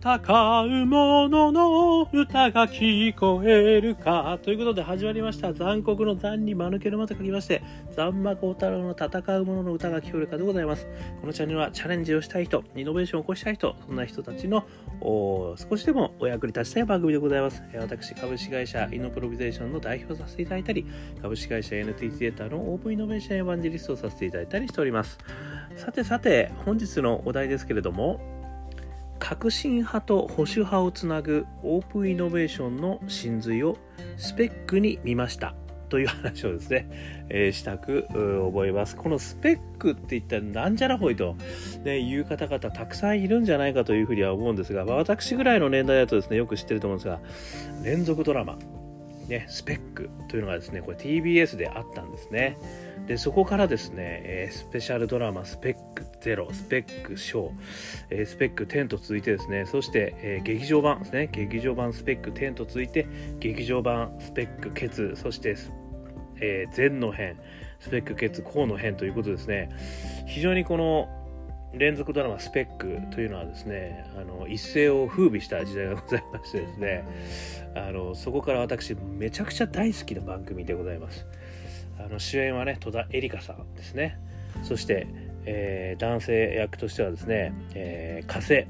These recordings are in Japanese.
戦う者の歌が聞こえるかということで始まりました。残酷の残に間抜けの間と書きまして、残馬孝太郎の戦う者の歌が聞こえるかでございます。このチャンネルはチャレンジをしたい人、イノベーションを起こしたい人、そんな人たちの少しでもお役に立ちたい番組でございます。私、株式会社イノプロビゼーションの代表をさせていただいたり、株式会社 NTT データのオープンイノベーションエヴァンジェリストをさせていただいたりしております。さて、本日のお題ですけれども、革新派と保守派をつなぐオープンイノベーションの真髄をスペックに見ましたという話をですね、したく思います。このスペックって言ったらなんじゃらほいと、いう方々たくさんいるんじゃないかというふうには思うんですが、私ぐらいの年代だとですね、よく知ってると思うんですが、連続ドラマ、スペックというのがですね、これ TBS であったんですね。でそこからですね、スペシャルドラマスペック0、スペック小、スペック10と続いてですね、そして、劇場版ですね、劇場版スペック10と続いて劇場版スペックケツ、そして、前の編スペックケツ後の編ということですね。非常にこの連続ドラマスペックというのはですね、一世を風靡した時代がございましてですね、そこから私めちゃくちゃ大好きな番組でございます。主演はね、戸田恵梨香さんですね。そして、男性役としてはですね、加瀬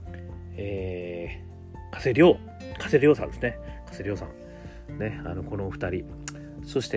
亮さんですね。加瀬亮さんね、このお二人、そして、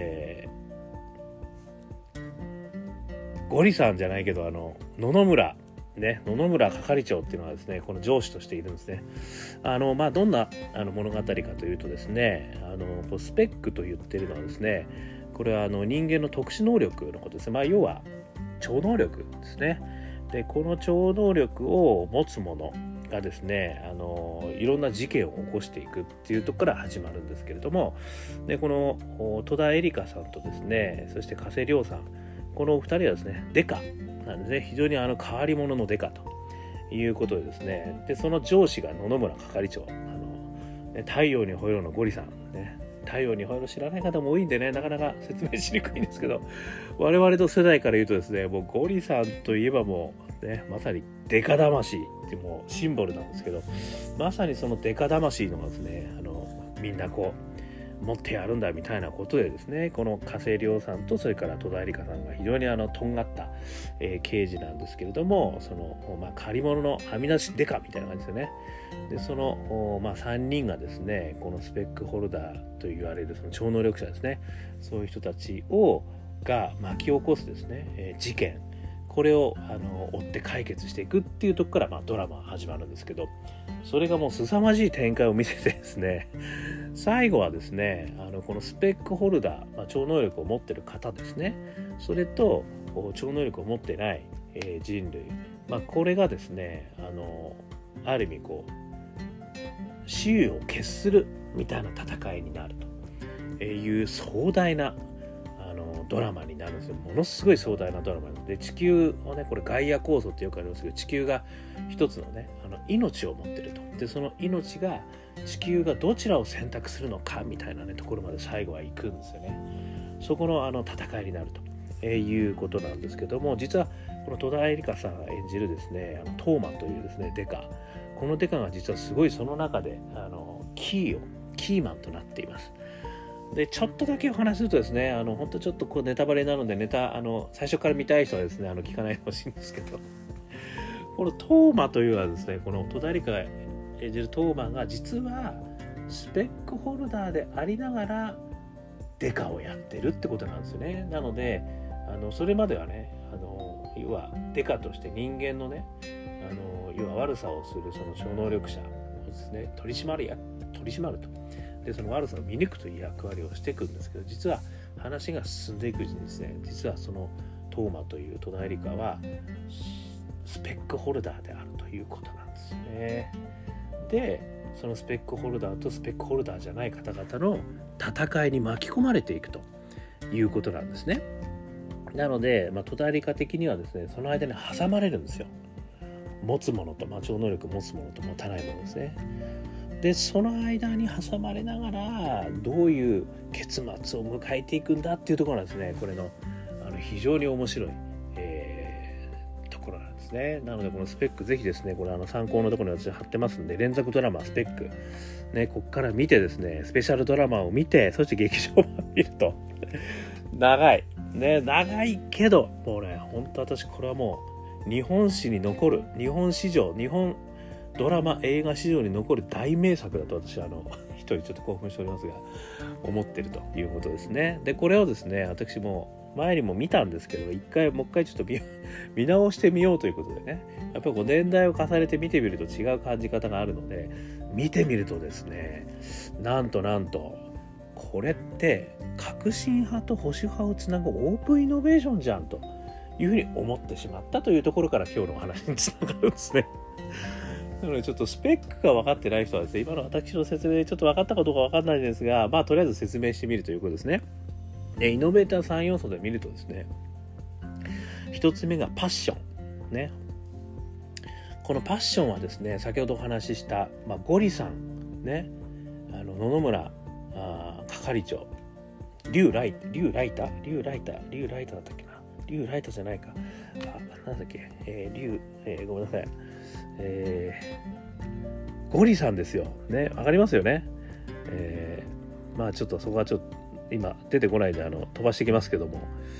ゴリさんじゃないけど野々村係長っていうのはですね、この上司としているんですね。どんな物語かというとですね、スペックと言ってるのはですね、これは人間の特殊能力のことですね。要は超能力ですね。でこの超能力を持つ者がですね、いろんな事件を起こしていくっていうところから始まるんですけれども、でこの戸田恵梨香さんとですね、そして加瀬亮さん、このお二人はですね、デカなんですね。非常に変わり者のデカということでですね、でその上司が野々村係長、太陽にほえろのゴリさんね。太陽にほえろ知らない方も多いんでね、なかなか説明しにくいんですけど、我々の世代から言うとですね、もうゴリさんといえばもうね、まさにデカ魂ってもうシンボルなんですけど、まさにそのデカ魂のがですね、みんなこう持ってやるんだみたいなことでですね、この加瀬亮さんとそれから戸田恵梨香さんが非常にとんがった、刑事なんですけれども、その借り物のはみ出しデカみたいな感じですよね。でその3人がですね、このスペックホルダーと言われるその超能力者ですね、そういう人たちが巻き起こすですね、事件、これを追って解決していくっていうところからドラマが始まるんですけど、それがもう凄まじい展開を見せてですね、最後はですね、このスペックホルダー、超能力を持っている方ですね、それと超能力を持っていない、人類、これがですね、ある意味こう雌雄を決するみたいな戦いになるという壮大なドラマになるんですよ。ものすごい壮大なドラマで、地球をね、これガイア構造ってよくありますけど、地球が一つのね、命を持ってると。でその命が地球がどちらを選択するのかみたいなねところまで最後は行くんですよね。そこの戦いになるということなんですけども、実はこの戸田恵梨香さんが演じるですね、トーマというですねデカ、このデカが実はすごいその中でキーマンとなっています。でちょっとだけお話しするとですね、本当ちょっとこうネタバレなので、最初から見たい人はですね聞かないでほしいんですけど、このトーマというのはですね、この戸田恵梨香が演じるトーマが実はスペックホルダーでありながらデカをやってるってことなんですよね。なのでそれまではね、要はデカとして人間のね、要は悪さをするその超能力者をですね取り締まると。でその悪さを見抜くという役割をしていくんですけど、実は話が進んでいくうちにですね、実はそのトーマという戸田恵梨香はスペックホルダーであるということなんですね。でそのスペックホルダーとスペックホルダーじゃない方々の戦いに巻き込まれていくということなんですね。なので、戸田恵梨香的にはですね、その間に挟まれるんですよ。持つものと、超能力を持つものと持たないものですね。でその間に挟まれながらどういう結末を迎えていくんだっていうところなんですね。これの非常に面白い、ところなんですですね。なのでこのスペックぜひですね、これ参考のところに私貼ってますんで、連続ドラマスペックね、こっから見てですね、スペシャルドラマを見て、そして劇場版を見ると長いね、長いけどもうね、本当私これはもう日本史に残る、日本ドラマ映画史上に残る大名作だと私一人ちょっと興奮しておりますが思ってるということですね。でこれをですね、私も前にも見たんですけど、もう一回ちょっと見直してみようということでね、やっぱりこう年代を重ねて見てみると違う感じ方があるので、見てみるとですね、なんとこれって革新派と保守派をつなぐオープンイノベーションじゃんというふうに思ってしまったというところから今日のお話につながるんですね。なのでちょっとスペックが分かってない人はですね、今の私の説明でちょっと分かったかどうか分かんないんですが、まあとりあえず説明してみるということですね。イノベーター3要素で見るとですね、一つ目がパッションね。このパッションはですね、先ほどお話しした、ゴリさんね、野々村係長、リュウライタだったっけな、リュウライタじゃないか、なんだっけ、ごめんなさい、ゴリさんですよね、わかりますよね。まあちょっとそこはちょっと今出てこないんで飛ばしてきますけども、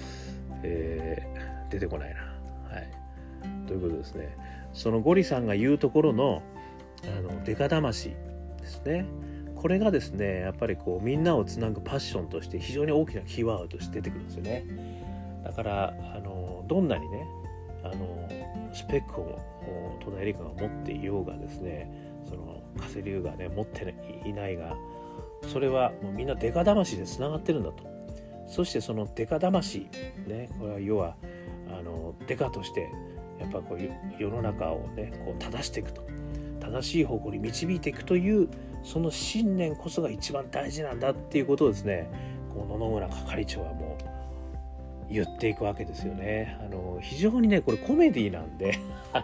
出てこないな。はい。ということですね。そのゴリさんが言うところのデカ魂ですね。これがですね、やっぱりこうみんなをつなぐパッションとして非常に大きなキーワードとして出てくるんですよね。だからどんなにねスペックを戸田恵梨香が持っていようがですね、その加瀬龍がね持っていないが、それはもうみんなデカ魂でつながってるんだと。そしてそのデカ魂ね、これは要はデカとしてやっぱこう世の中をねこう正していくと、正しい方向に導いていくというその信念こそが一番大事なんだっていうことをですね、この野々村係長はもう言っていくわけですよね。非常にねこれコメディなんで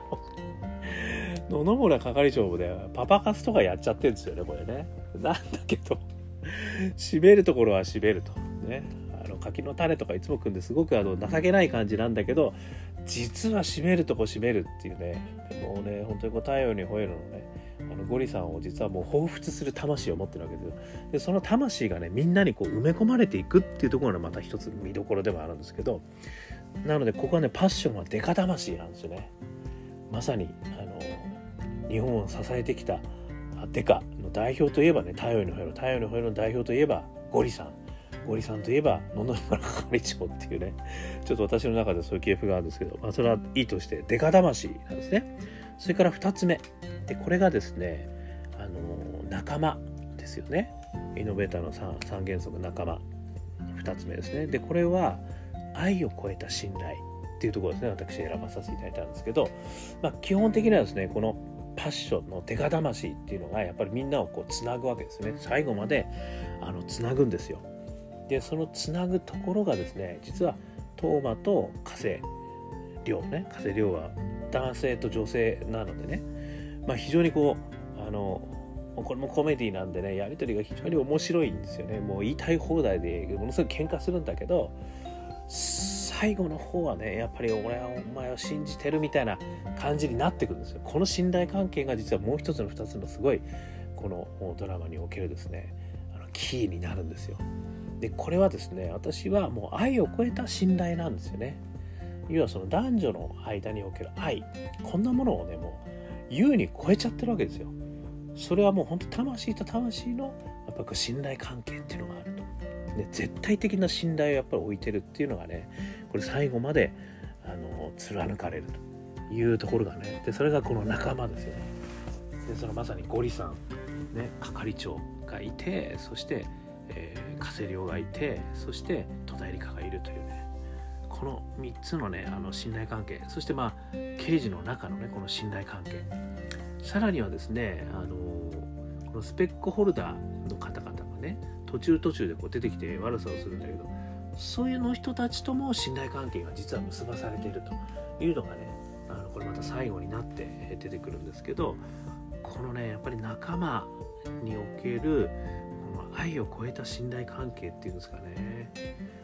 野々村係長もねパパ活とかやっちゃってるんですよね、これね。なんだけど締めるところは締めるとね、柿の種とかいつも組んですごく情けない感じなんだけど、実は締めるとこ締めるっていうね、もうね本当に太陽に吠えるのね、ゴリさんを実はもう彷彿する魂を持ってるわけですよ。でその魂がねみんなにこう埋め込まれていくっていうところがまた一つ見どころでもあるんですけど、なのでここはねパッションはデカ魂なんですよね。まさに日本を支えてきたデカの代表といえばね、太陽に吠えるの代表といえばゴリさんといえば野々村係長っていうね、ちょっと私の中でそういう系譜があるんですけど、それはいいとしてデカ魂なんですね。それから2つ目で、これがですね仲間ですよね。イノベーターの 3原則仲間、2つ目ですね。でこれは愛を超えた信頼っていうところですね。私選ばさせていただいたんですけど、基本的にはですね、このパッションのデカ魂っていうのがやっぱりみんなをこうつなぐわけですね。最後までつなぐんですよ。でそのつなぐところがですね、実は當真と加瀬亮ね、加瀬亮は男性と女性なのでね、非常にこうこれもコメディなんでね、やり取りが非常に面白いんですよね。もう言いたい放題でものすごく喧嘩するんだけど、最後の方はねやっぱり俺はお前を信じてるみたいな感じになってくるんですよ。この信頼関係が実はもう一つの二つのすごいこのドラマにおけるですねキーになるんですよ。でこれはですね、私はもう愛を超えた信頼なんですよね。要はその男女の間における愛、こんなものをねもう優に超えちゃってるわけですよ。それはもう本当魂と魂のやっぱ信頼関係っていうのがあると。で絶対的な信頼をやっぱり置いてるっていうのがね、これ最後まで貫かれるというところがね、でそれがこの仲間ですよね。でそのまさにゴリさんね、係長がいて、そして加瀬亮がいて、そして戸田恵梨香がいるというね、この3つのね信頼関係、そして刑事の中のねこの信頼関係、さらにはですねこのスペックホルダーの方々がね途中でこう出てきて悪さをするんだけど、そういうの人たちとも信頼関係が実は結ばされているというのがね、これまた最後になって出てくるんですけど、このねやっぱり仲間におけるこの愛を超えた信頼関係っていうんですかね、こ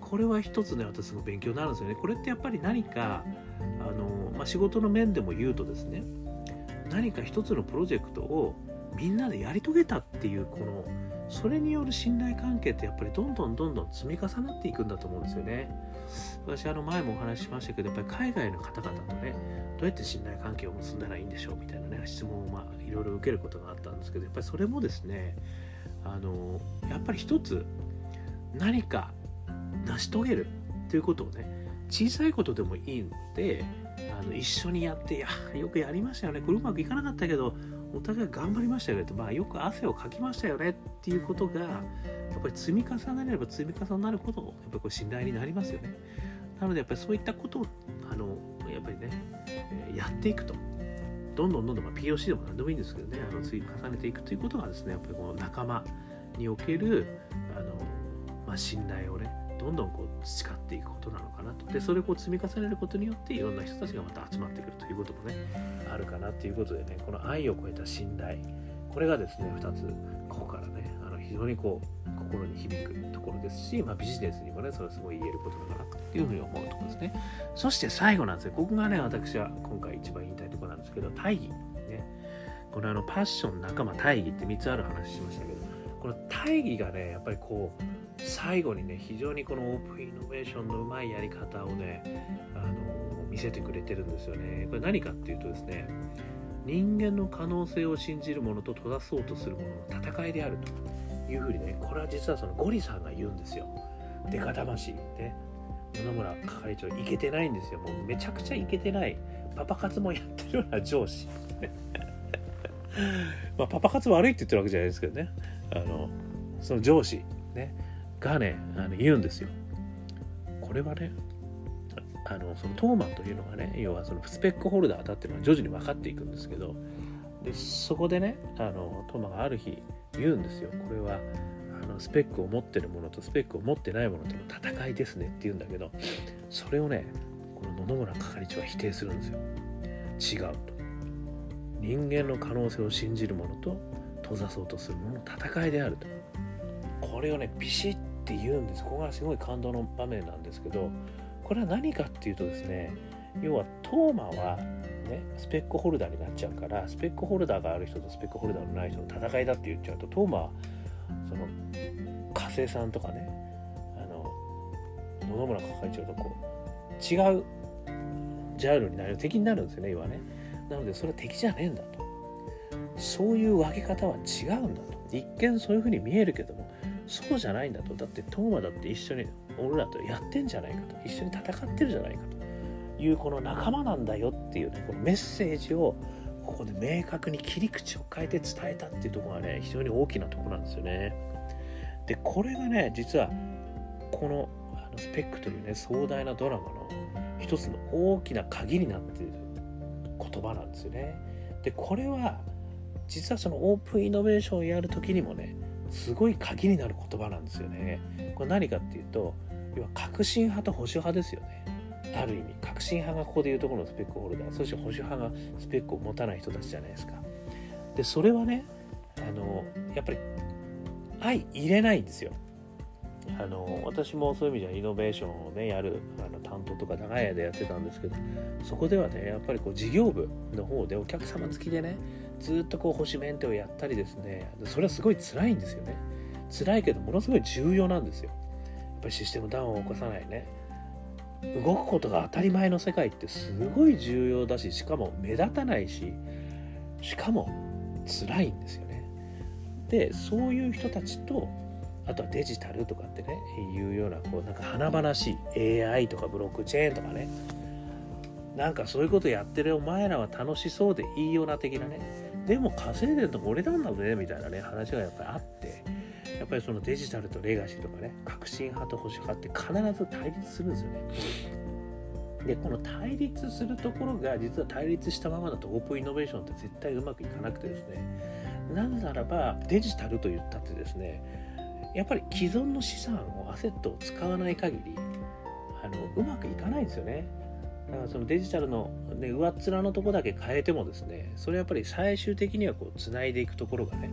これは一つね、私の勉強になるんですよね。これってやっぱり何か仕事の面でも言うとですね、何か一つのプロジェクトをみんなでやり遂げたっていうそれによる信頼関係ってやっぱりどんどん積み重なっていくんだと思うんですよね。私前もお話ししましたけど、やっぱり海外の方々とね、どうやって信頼関係を結んだらいいんでしょうみたいなね質問をいろいろ受けることがあったんですけど、やっぱりそれもですね、やっぱり一つ何か成し遂げるということをね、小さいことでもいいので一緒にやって、よくやりましたよね、これうまくいかなかったけどお互い頑張りましたよねと、よく汗をかきましたよねっていうことがやっぱり積み重ねれば積み重なるほどやっぱり信頼になりますよね。なのでやっぱりそういったことをやっぱりね、やっていくとどんどんPOC でも何でもいいんですけどね、積み重ねていくということがですね、やっぱりこの仲間における信頼をね、どんどん培っていくことなのかなと。でそれを積み重ねることによっていろんな人たちがまた集まってくるということもねあるかなということでね、この愛を超えた信頼、これがですね2つここからね非常に心に響くところですし、ビジネスにもねそれはすごい言えることなのかなというふうに思うところですね。そして最後なんですよ、ここがね私は今回一番言いたいところなんですけど、大義ね、このパッション、仲間、大義って3つある話しましたけど、この大義がねやっぱり最後にね非常にこのオープンイノベーションのうまいやり方をね見せてくれてるんですよね。これ何かっていうとですね、人間の可能性を信じる者と閉ざそうとする者の戦いであるというふうにね、これは実はそのゴリさんが言うんですよ。デカ魂ね、野々村係長イケてないんですよ。もうめちゃくちゃイケてない、パパ活もやってるような上司パパ活悪いって言ってるわけじゃないですけどね、その上司ねがね言うんですよ。これはねそのトーマというのがね、要はそのスペックホルダーだっていうのは徐々に分かっていくんですけど、でそこでねトーマがある日言うんですよ。これはスペックを持ってるものとスペックを持ってないものとの戦いですねって言うんだけど、それをねこの野々村係長は否定するんですよ。違うと、人間の可能性を信じる者と閉ざそうとする者の戦いであると、これをねビシッって言うんです。ここがすごい感動の場面なんですけど、これは何かっていうとですね、要はトーマはねスペックホルダーになっちゃうから、スペックホルダーがある人とスペックホルダーのない人の戦いだって言っちゃうと、トーマはその火星さんとかね野々村係長と違うジャンルになる敵になるんですよね、要はね。なのでそれは敵じゃねえんだと、そういう分け方は違うんだと、一見そういう風に見えるけどもそうじゃないんだと、だってトーマだって一緒に俺らとやってんじゃないかと、一緒に戦ってるじゃないかというこの仲間なんだよっていうね、このメッセージをここで明確に切り口を変えて伝えたっていうところがね非常に大きなところなんですよね。でこれがね実はこのスペックというね壮大なドラマの一つの大きな鍵になっている言葉なんですよね。でこれは実はそのオープンイノベーションをやるときにもねすごい鍵になる言葉なんですよね。これ何かっていうと、要は革新派と保守派ですよね。ある意味革新派がここでいうところのスペックホルダー、そして保守派がスペックを持たない人たちじゃないですか。でそれはねやっぱり相入れないんですよ。私もそういう意味ではイノベーションをねやる担当とか長い間やってたんですけど、そこではねやっぱり事業部の方でお客様付きでねずっと保守メンテをやったりですね、それはすごい辛いんですよね。辛いけどものすごい重要なんですよ。やっぱりシステムダウンを起こさないね、動くことが当たり前の世界ってすごい重要だし、しかも目立たないし、しかも辛いんですよね。でそういう人たちと、あとはデジタルとかってねいうようななんか華々しい AI とかブロックチェーンとかね、なんかそういうことやってるお前らは楽しそうでいいような的なね、でも稼いでるのも俺なんだぜみたいなね話がやっぱりあって、やっぱりそのデジタルとレガシーとかね、革新派と保守派って必ず対立するんですよね。でこの対立するところが実は対立したままだとオープンイノベーションって絶対うまくいかなくてですね、なぜならばデジタルと言ったってですね、やっぱり既存の資産をアセットを使わない限りうまくいかないんですよね。だからそのデジタルの、ね、上っ面のところだけ変えてもですね、それやっぱり最終的にはつないでいくところがね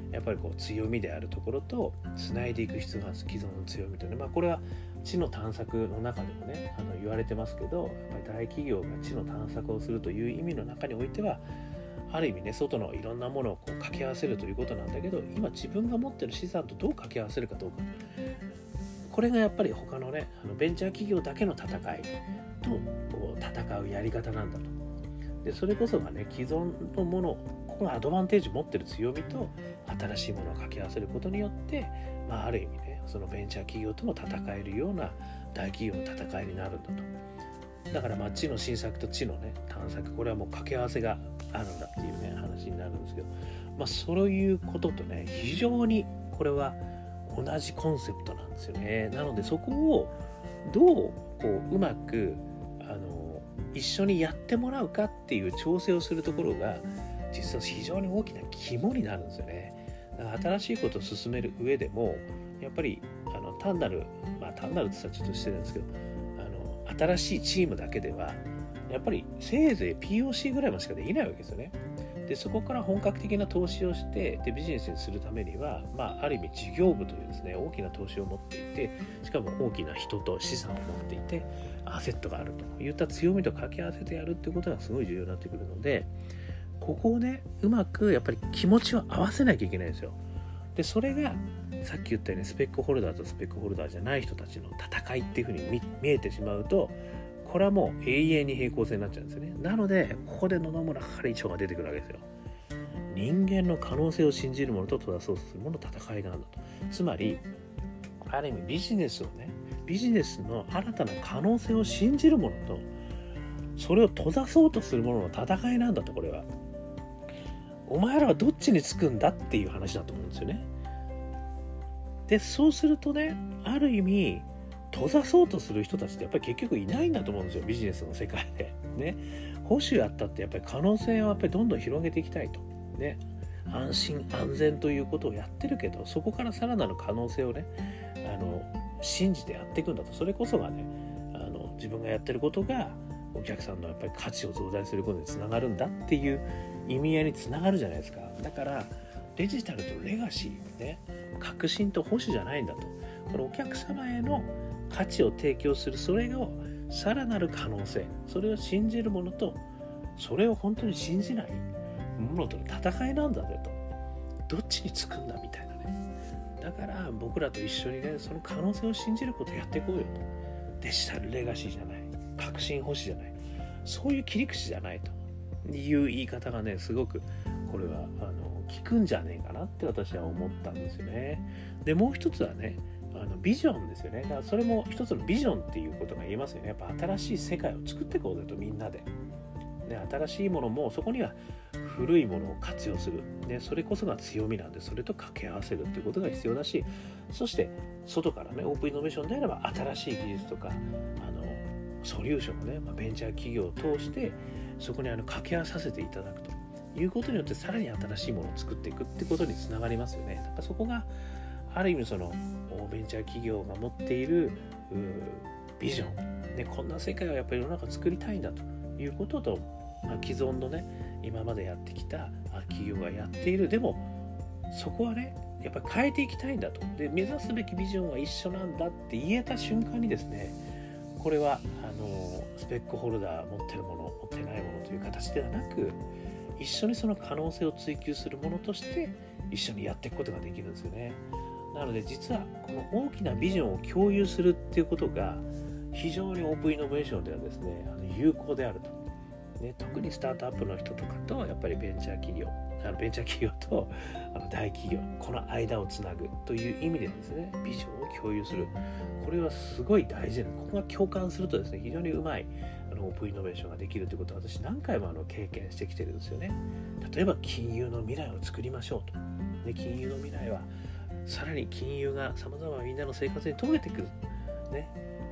やっぱりこう強みであるところとつないでいく必要があるんです。既存の強みとね、これは知の探索の中でもね言われてますけど、やっぱり大企業が知の探索をするという意味の中においてはある意味ね、外のいろんなものをこう掛け合わせるということなんだけど、今自分が持ってる資産とどう掛け合わせるかどうか、これがやっぱり他のねベンチャー企業だけの戦いと戦うやり方なんだと。でそれこそがね、既存のもの、ここがアドバンテージ持ってる強みと新しいものを掛け合わせることによって、ある意味ね、そのベンチャー企業とも戦えるような大企業の戦いになるんだと。だから知の新作と知のね探索、これはもう掛け合わせがあるんだっていうね話になるんですけど、そういうこととね非常にこれは同じコンセプトなんですよね。なのでそこをどううまく一緒にやってもらうかっていう調整をするところが実は非常に大きな肝になるんですよね。だから新しいことを進める上でもやっぱり単なるって言ったらちょっとしてるんですけど、新しいチームだけではやっぱりせいぜい POC ぐらいまでしかできないわけですよね。でそこから本格的な投資をしてビジネスにするためには、ある意味事業部というですね大きな投資を持っていて、しかも大きな人と資産を持っていてアセットがあるといった強みと掛け合わせてやるっていうことがすごい重要になってくるので、ここをねうまくやっぱり気持ちを合わせなきゃいけないんですよ。でそれがさっき言ったようにスペックホルダーとスペックホルダーじゃない人たちの戦いっていうふうに見えてしまうと、これはもう永遠に平行線になっちゃうんですよね。なのでここで野々村係長が出てくるわけですよ。人間の可能性を信じる者と閉ざそうとする者の戦いなんだと。つまりある意味ビジネスの新たな可能性を信じる者とそれを閉ざそうとする者の戦いなんだと。これはお前らはどっちにつくんだっていう話だと思うんですよね。でそうするとね、ある意味閉ざそうとする人たちってやっぱり結局いないんだと思うんですよ、ビジネスの世界でね。保守やったってやっぱり可能性をやっぱりどんどん広げていきたいとね、安心安全ということをやってるけど、そこからさらなる可能性をね信じてやっていくんだと。それこそがね自分がやってることがお客さんのやっぱり価値を増大することにつながるんだっていう意味合いにつながるじゃないですか。だからデジタルとレガシーね、革新と保守じゃないんだと。これお客様への価値を提供する、それをさらなる可能性、それを信じる者とそれを本当に信じない者との戦いなんだぜと。どっちにつくんだみたいなね。だから僕らと一緒にね、その可能性を信じることをやっていこうよと。デジタルレガシーじゃない、革新保守じゃない、そういう切り口じゃないという言い方がね、すごくこれは効くんじゃねえかなって私は思ったんですよね。でもう一つはね、ビジョンですよね。だからそれも一つのビジョンっていうことが言えますよね。やっぱ新しい世界を作っていこうぜと、みんなで、ね、新しいものもそこには古いものを活用する、ね、それこそが強みなんで、それと掛け合わせるっていうことが必要だし、そして外からねオープンイノベーションであれば新しい技術とかソリューションをね、ベンチャー企業を通してそこに掛け合わさせていただくということによって、さらに新しいものを作っていくってことにつながりますよね。だからそこがある意味そのベンチャー企業が持っているビジョン、ね、こんな世界をやっぱり世の中作りたいんだということと、既存のね今までやってきた企業がやっている、でもそこはねやっぱり変えていきたいんだと。で目指すべきビジョンは一緒なんだって言えた瞬間にですね、これはスペックホルダー持ってるもの持ってないものという形ではなく、一緒にその可能性を追求するものとして一緒にやっていくことができるんですよね。なので実はこの大きなビジョンを共有するっていうことが非常にオープンイノベーションではですね有効であると、ね、特にスタートアップの人とかとやっぱりベンチャー企業と大企業、この間をつなぐという意味でですね、ビジョンを共有する、これはすごい大事な、ここが共感するとですね非常にうまいオープンイノベーションができるということを私何回も経験してきてるんですよね。例えば金融の未来を作りましょうと、で金融の未来はさらに金融がさまざまなみんなの生活に溶けてくる、ね、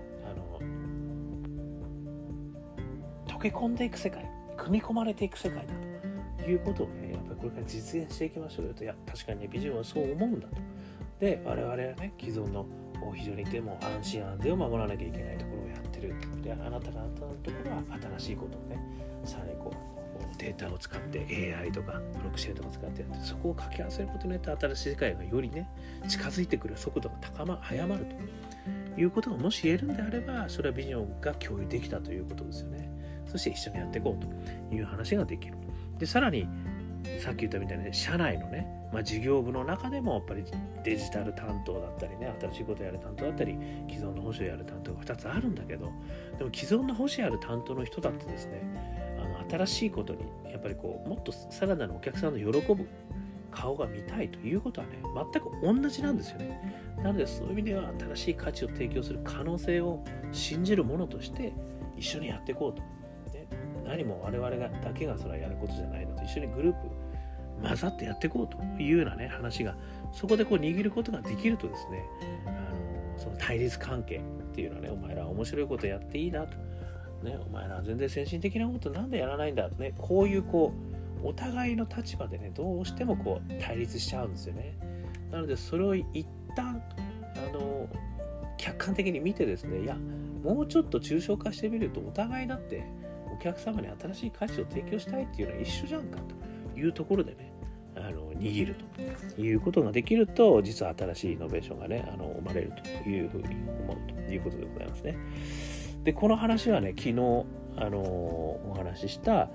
溶け込んでいく世界、組み込まれていく世界だということをね、やっぱりこれから実現していきましょうよと。いや確かにね、ビジョンはそう思うんだと。で我々はね既存の非常にでも安心安全を守らなきゃいけないところをやってるみたいなであなたのところは新しいことをねさらにデータを使って AI とかブロックチェーンとか使ってやって、そこを掛け合わせることによって新しい世界がよりね近づいてくる速度が早まるということがもし言えるんであれば、それはビジョンが共有できたということですよね。そして一緒にやっていこうという話ができる。でさらにさっき言ったみたいに、社内のね、事業部の中でもやっぱりデジタル担当だったりね、新しいことをやる担当だったり、既存の保守をやる担当が2つあるんだけど、でも既存の保守やる担当の人だってですね、新しいことにやっぱりもっとさらなるお客さんの喜ぶ顔が見たいということはね、全く同じなんですよね。なのでそういう意味では新しい価値を提供する可能性を信じるものとして一緒にやっていこうと、ね、何も我々だけがそれはやることじゃないのと、一緒にグループ混ざってやっていこうというようなね話がそこで握ることができるとですね、その対立関係っていうのはね、お前らは面白いことやっていいなと、ね、お前らは全然先進的なことなんでやらないんだ、ね、こういうお互いの立場でねどうしても対立しちゃうんですよね。なのでそれを一旦客観的に見てですね、いやもうちょっと抽象化してみると、お互いだってお客様に新しい価値を提供したいっていうのは一緒じゃんかというところでね、握るということができると、実は新しいイノベーションがね生まれるというふうに思うということでございますね。でこの話はね、昨日お話しした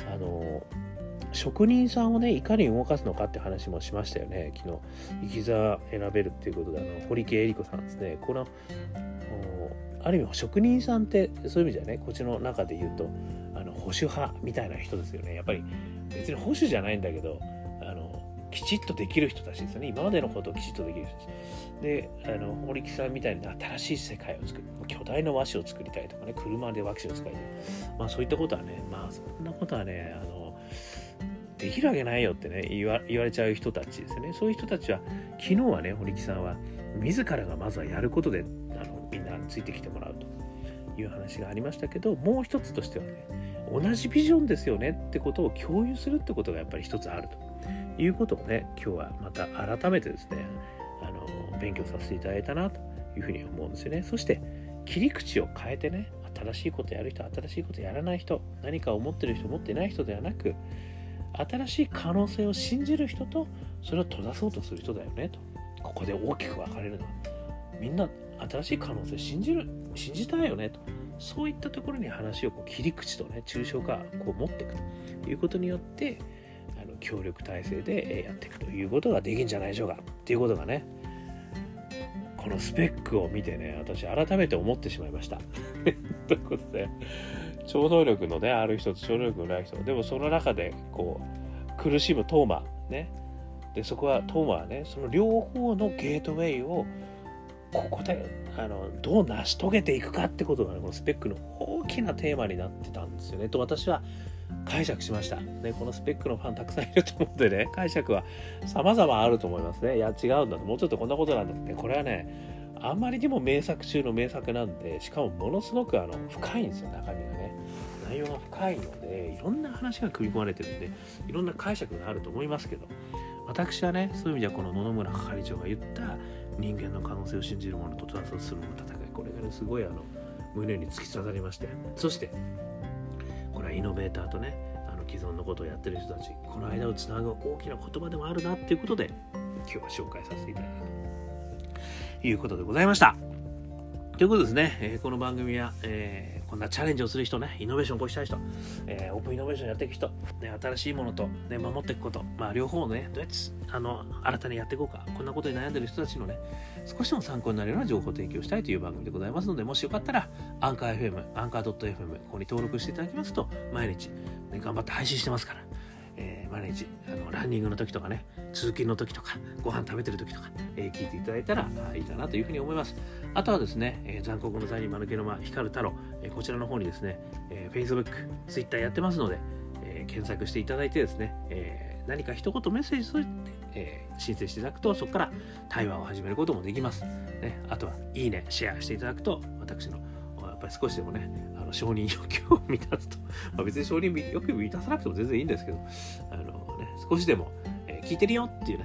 職人さんをねいかに動かすのかって話もしましたよね。昨日生きざ選べるっていうことで、堀家恵理子さんですね。このある意味職人さんってそういう意味じゃね、こっちの中で言うと保守派みたいな人ですよね。やっぱり別に保守じゃないんだけどきちっとできる人たちですよね。今までのことをきちっとできる人たちで、堀木さんみたいに新しい世界を作る、巨大な和紙を作りたいとかね、車で和紙を使いたい、そういったことはね、そんなことはねできるわけないよってね言われちゃう人たちですよね。そういう人たちは昨日はね、堀木さんは自らがまずはやることでみんなついてきてもらうという話がありましたけど、もう一つとしてはね、同じビジョンですよねってことを共有するってことがやっぱり一つあるということをね、今日はまた改めてですね勉強させていただいたなというふうに思うんですよね。そして切り口を変えてね、新しいことやる人、新しいことやらない人、何かを持ってる人持ってない人ではなく、新しい可能性を信じる人とそれを閉ざそうとする人だよねと。ここで大きく分かれるのは、みんな新しい可能性信じたいよねと。そういったところに話を切り口とね抽象化持っていくということによって協力体制でやっていくということができるんじゃないでしょうかっていうことがね、このスペックを見てね、私改めて思ってしまいました。ということで、超能力のねある人と超能力のない人、でもその中で苦しむトーマね、でそこはトーマはね、その両方のゲートウェイをここでどう成し遂げていくかってことがね、このスペックの大きなテーマになってたんですよねと私は解釈しましたね。このスペックのファンたくさんいると思うんでね、解釈は様々あると思いますね。いや違うんだと、もうちょっとこんなことなんだって、これはねあんまりにも名作中の名作なんで、しかもものすごく深いんですよ、中身がね。内容が深いのでいろんな話が組み込まれてるんで、いろんな解釈があると思いますけど、私はね、そういう意味ではこの野々村係長が言った人間の可能性を信じる者と閉ざそうとする者の戦い、これがねすごい胸に突き刺さりまして、そしてこれはイノベーターとね既存のことをやってる人たち、この間をつなぐ大きな言葉でもあるなっていうことで今日は紹介させていただいたということでございました。ということですね、この番組は、こんなチャレンジをする人ね、イノベーションを起こしたい人、オープンイノベーションやっていく人、ね、新しいものと、ね、守っていくこと、両方をねどうやって新たにやっていこうか、こんなことに悩んでる人たちのね少しでも参考になるような情報を提供したいという番組でございますので、もしよかったらアンカー FM、アンカー .fm ここに登録していただきますと、毎日、ね、頑張って配信してますから、毎日ランニングの時とかね、通勤の時とかご飯食べてる時とか、聞いていただいたらいいかなというふうに思います。あとはですね、残酷の罪人間抜けの間光る太郎、こちらの方にですね、Facebook、Twitter やってますので、検索していただいてですね、何か一言メッセージを申請していただくと、そこから対話を始めることもできます、ね、あとはいいねシェアしていただくと、私のやっぱり少しでもね承認欲求を満たすと、別に承認欲求を満たさなくても全然いいんですけど、少しでも、聞いてるよっていうね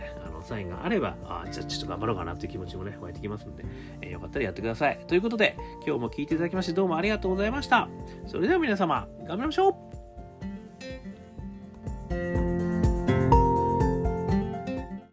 サインがあれば、じゃあちょっと頑張ろうかなという気持ちもね、湧いてきますので、よかったらやってください。ということで、今日も聞いていただきましてどうもありがとうございました。それでは皆様、頑張りましょう。